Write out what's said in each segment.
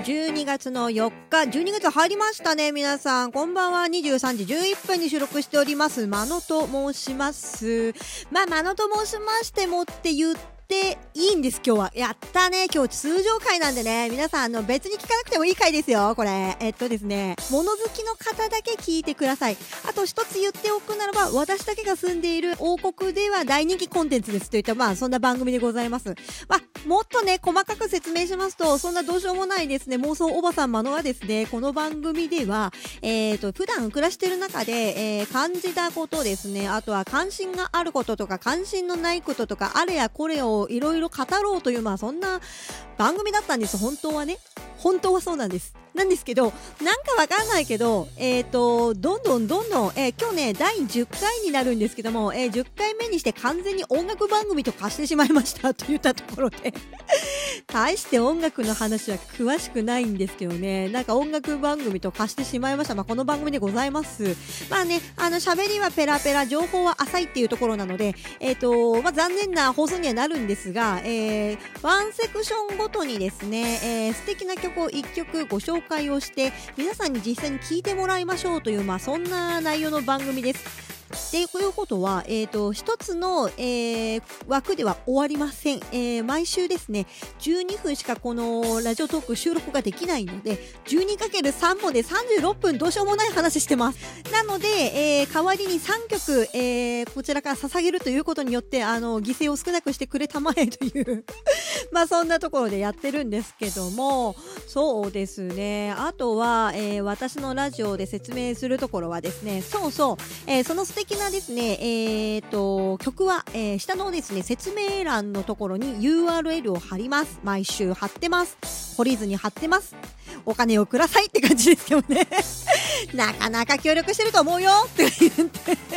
12月の4日、12月入りましたね。皆さん、こんばんは。23時11分に収録しております。まのと申します。まのと申しましてもって言っていいんです、今日は。やったね。今日通常回なんでね。皆さん、別に聞かなくてもいい回ですよ、これ。ですね、物好きの方だけ聞いてください。あと一つ言っておくならば、私だけが住んでいる王国では大人気コンテンツですといった、そんな番組でございます。もっとね、細かく説明しますと、そんなどうしようもないですね、妄想おばさんまのはですね、この番組では、普段暮らしてる中で、感じたことですね、あとは関心があることとか、関心のないこととか、あれやこれをいろいろ語ろうという、そんな番組だったんです、本当はね。本当はそうなんです。なんですけど、なんかわかんないけど、どんどん、今日ね、第10回になるんですけども、10回目にして完全に音楽番組と化してしまいましたといったところで、大して音楽の話は詳しくないんですけどね、なんか音楽番組と化してしまいました。この番組でございます。喋りはペラペラ、情報は浅いっていうところなので、残念な放送にはなるんですが、ワンセクションごとにですね、素敵な曲を1曲ご紹介をして、皆さんに実際に聴いてもらいましょうという、そんな内容の番組です。で、こういうことは、一つの、枠では終わりません。毎週ですね、12分しかこのラジオトーク収録ができないので、12×3 もで36分どうしようもない話してます。なので、代わりに3曲、こちらから捧げるということによって、犠牲を少なくしてくれたまえというそんなところでやってるんですけども、そうですね。あとは、私のラジオで説明するところはですね、その素敵なですね、曲は、下のですね、説明欄のところに URL を貼ります。毎週貼ってます。懲りずに貼ってます。お金をくださいって感じですけどね。なかなか協力してると思うよって言って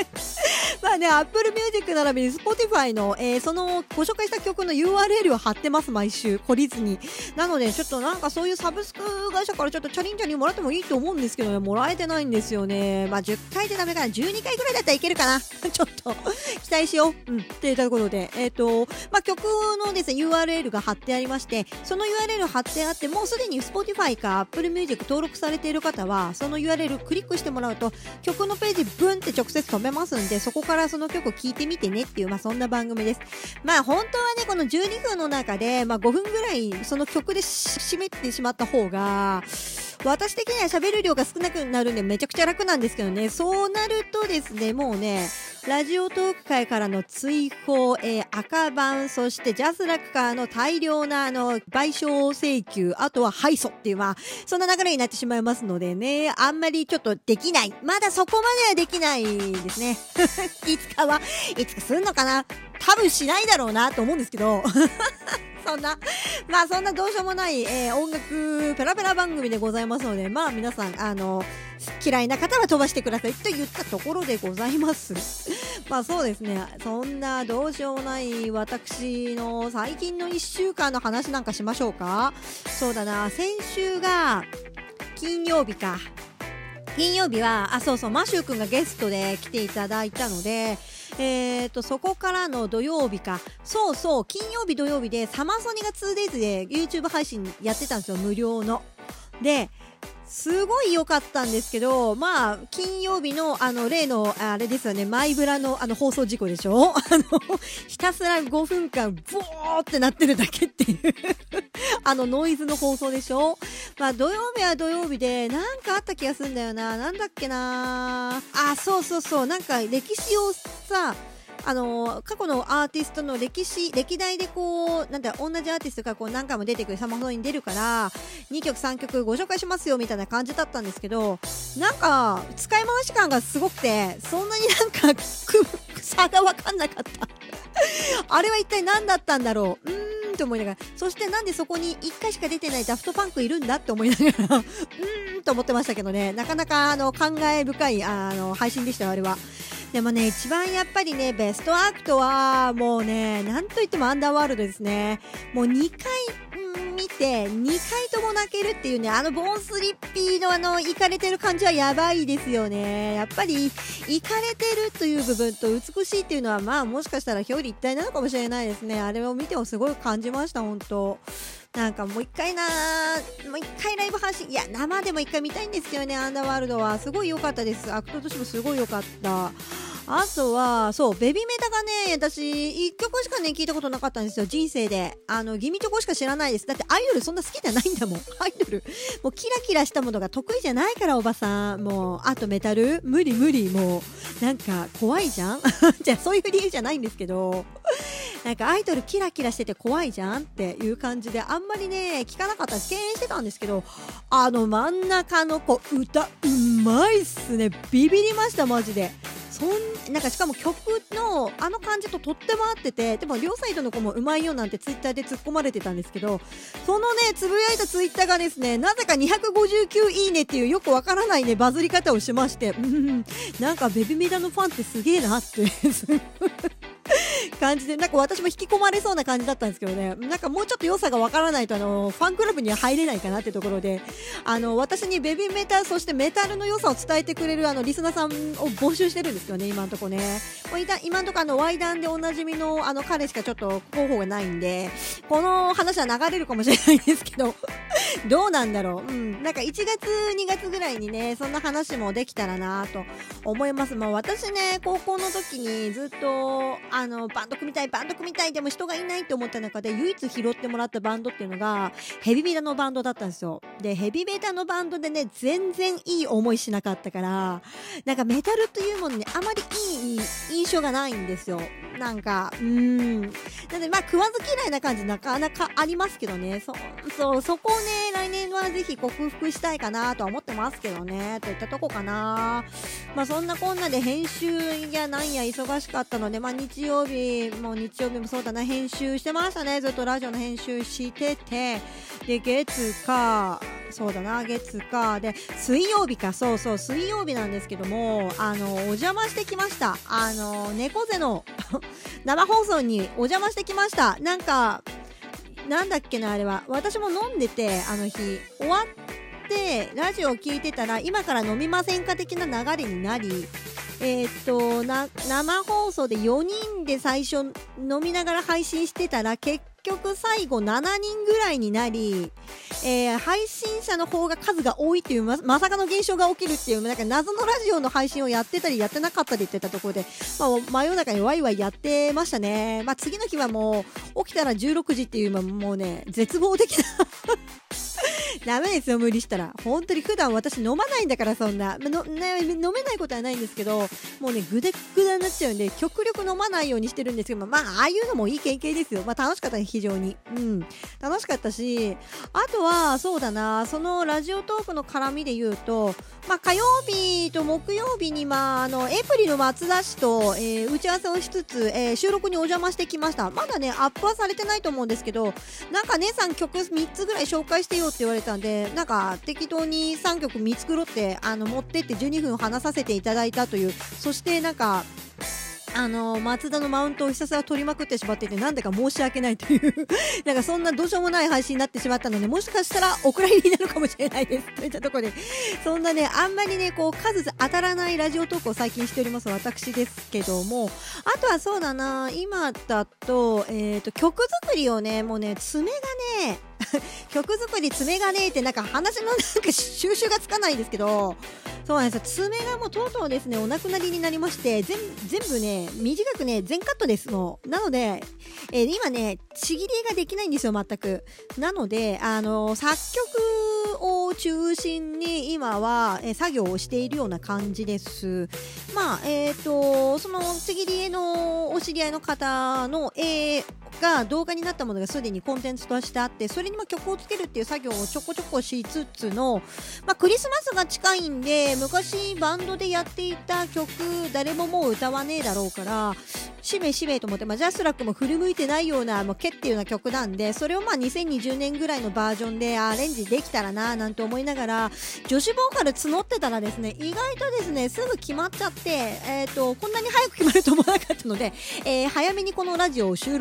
。Apple Music 並びに Spotify の、そのご紹介した曲の URL を貼ってます、毎週。懲りずに。なので、ちょっとなんかそういうサブスク会社からちょっとチャリンもらってもいいと思うんですけどね、もらえてないんですよね。10回でダメかな。12回ぐらいだったらいけるかな。ちょっと、期待しよう。っていうところで、曲のですね、URL が貼ってありまして、その URL 貼ってあって、もうすでに Spotify か Apple Music 登録されている方は、その URL クリックしてもらうと、曲のページブンって直接飛べますんで、そこからその曲を聴いてみてねっていう、そんな番組です。本当はね、この12分の中で、5分ぐらいその曲で締めてしまった方が、私的には喋る量が少なくなるんでめちゃくちゃ楽なんですけどね、そうなるとですね、もうね、ラジオトーク界からの追放、赤番、そしてジャスラックからの大量な賠償請求、あとは敗訴っていうそんな流れになってしまいますのでね、あんまりちょっとできない。まだそこまではできないですね。いつかすんのかな？多分しないだろうなと思うんですけど。そんなどうしようもない、音楽ペラペラ番組でございますので、皆さん、嫌いな方は飛ばしてくださいと言ったところでございます。そうですね。そんなどうしようもない私の最近の1週間の話なんかしましょうか。そうだな、先週が金曜日か。金曜日は、マシューくんがゲストで来ていただいたので、そこからの土曜日か。金曜日土曜日でサマソニが 2days で YouTube 配信やってたんですよ、無料の。で、すごい良かったんですけど、金曜日の例の、あれですよね、マイブラの放送事故でしょひたすら5分間、ボーってなってるだけっていうノイズの放送でしょ。土曜日は土曜日で、なんかあった気がするんだよな。なんだっけな。なんか歴史をさ、過去のアーティストの歴代で同じアーティストが何回も出てくるサマソニに出るから、2曲3曲ご紹介しますよみたいな感じだったんですけど、なんか、使い回し感がすごくて、そんなになんか、差がわかんなかった。あれは一体何だったんだろう。と思いながら、そしてなんでそこに1回しか出てないダフトパンクいるんだって思いながらと思ってましたけどね、なかなか感慨深い配信でしたよ、あれは。でもね、一番やっぱりね、ベストアクトはもうね、なんといってもアンダーワールドですね。もう2回見て2回とも泣けるっていうね、ボーンスリッピーのイカれてる感じはやばいですよね。やっぱりイカれてるという部分と美しいっていうのはもしかしたら表裏一体なのかもしれないですね。あれを見てもすごい感じました、本当。 なんかもう一回ライブ配信、いや生でも一回見たいんですけどね。アンダーワールドはすごい良かったです。アクトとしてもすごい良かった。あとはそうベビメタがね、私1曲しかね聞いたことなかったんですよ、人生で。ギミチョコしか知らないです。だってアイドルそんな好きじゃないんだもん。アイドルもうキラキラしたものが得意じゃないから、おばさん。もうあとメタル無理、もうなんか怖いじゃんじゃあそういう理由じゃないんですけど、なんかアイドルキラキラしてて怖いじゃんっていう感じで、あんまりね聞かなかったし敬遠してたんですけど、真ん中の子歌うまいっすね。ビビりましたマジで。なんかしかも曲の感じととっても合ってて、でも両サイドの子もうまいよなんてツイッターで突っ込まれてたんですけど、そのねつぶやいたツイッターがですね、なぜか259いいねっていうよくわからないねバズり方をしまして、なんかベビメダのファンってすげえなって感じで、なんか私も引き込まれそうな感じだったんですけどね、なんかもうちょっと良さがわからないとファンクラブには入れないかなってところで、私にベビメタそしてメタルの良さを伝えてくれるリスナーさんを募集してるんですよね、今のとこね。今のとこワイダンでおなじみの彼しかちょっと候補がないんで、この話は流れるかもしれないんですけどどうなんだろう。なんか1月2月ぐらいにねそんな話もできたらなと思います。私ね高校の時にずっとバンド組みたいでも人がいないって思った中で唯一拾ってもらったバンドっていうのがヘビメタのバンドだったんですよ。でヘビメタのバンドでね全然いい思いしなかったから、なんかメタルというものにあまりいい印象がないんですよ。なんかなので食わず嫌いな感じなかなかありますけどね、そこをね来年はぜひ克服したいかなとは思ってますけどね、といったとこかな。そんなこんなで編集やなんや忙しかったので、日曜日もそうだな、編集してましたね。ずっとラジオの編集してて、で月火で水曜日か、水曜日なんですけどもお邪魔してきました。猫背の生放送にお邪魔してきました。なんかなんだっけな、あれは私も飲んでて、日終わってラジオを聞いてたら今から飲みませんか的な流れになり、生放送で4人で最初飲みながら配信してたら結局最後7人ぐらいになり、配信者の方が数が多いっていうまさかの現象が起きるっていう、なんか謎のラジオの配信をやってたりやってなかったりっていったところで、真夜中にワイワイやってましたね。次の日はもう起きたら16時っていう、もうね絶望的なダメですよ、無理したら。本当に普段私飲まないんだから、そんな、飲めないことはないんですけど、もうねグダグダになっちゃうんで極力飲まないようにしてるんですけど、ああいうのもいい経験ですよ。楽しかったね、非常に。楽しかったし、あとはそうだな、そのラジオトークの絡みで言うと、火曜日と木曜日にエプリの松田氏と、打ち合わせをしつつ、収録にお邪魔してきました。まだねアップはされてないと思うんですけど、なんか姉さん曲3つぐらい紹介してよって言われたんで、なんか適当に3曲見繕って持ってって12分話させていただいたという、そしてなんか松田のマウントをひたすら取りまくってしまっていて、なんだか申し訳ないというなんかそんなどうしようもない配信になってしまったので、もしかしたらお蔵入りになるかもしれないですといったところで、そんなねあんまりね数当たらないラジオトークを最近しております私ですけども、あとはそうだな、今だと曲作りをね、もうね爪がね曲作り爪がねってなんか話のなんか収集がつかないんですけど、そうなんですよ、爪がもうとうとうですねお亡くなりになりまして、全部ね短くね全カットですの。なので、今ねちぎり絵ができないんですよ全く。なので作曲を中心に今は、作業をしているような感じです。そのちぎり絵のお知り合いの方の絵が動画になったものがすでにコンテンツとしてあって、それに曲をつけるっていう作業をちょこちょこしつつの、クリスマスが近いんで、昔バンドでやっていた曲誰ももう歌わねえだろうから、しめと思って、ジャスラックも振り向いてないようなケっていうような曲なんで、それを2020年ぐらいのバージョンでアレンジできたらななんて思いながら女子ボーカル募ってたらですね、意外とですねすぐ決まっちゃって、こんなに早く決まると思わなかったので、早めにこのラジオを収録して、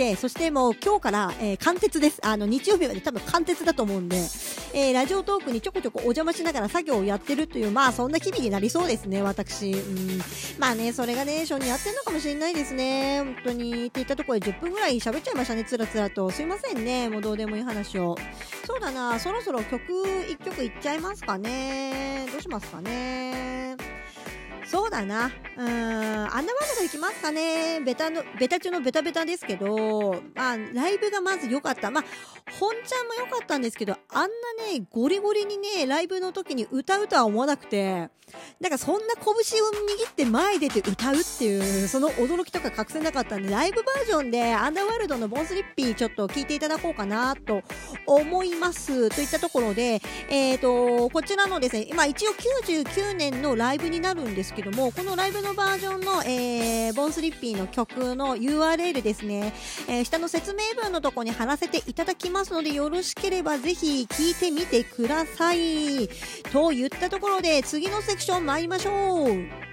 で、そしてもう今日から、貫徹です。日曜日まで多分貫徹だと思うんで、ラジオトークにちょこちょこお邪魔しながら作業をやってるという、まあそんな日々になりそうですね、私。まあね、それがね、性に合ってんのかもしれないですね。本当に。って言ったところで10分ぐらい喋っちゃいましたね、つらつらと。すいませんね、もうどうでもいい話を。そうだな、そろそろ曲1曲いっちゃいますかね。どうしますかね。そうだな。アンダーワールド行きますかね。ベタ中のベタベタですけど、まあ、ライブがまず良かった。まあ、本ちゃんも良かったんですけど、あんなね、ゴリゴリにね、ライブの時に歌うとは思わなくて、なんかそんな拳を握って前出て歌うっていう、その驚きとか隠せなかったんで、ライブバージョンでアンダーワールドのボンスリッピーちょっと聴いていただこうかなと思います。といったところで、こちらのですね、今一応99年のライブになるんですけども、このライブのバージョンの、ボンスリッピーの曲の URL ですね、下の説明文のところに貼らせていただきますので、よろしければぜひ聴いてみてください。といったところで、次のセクション参りましょう。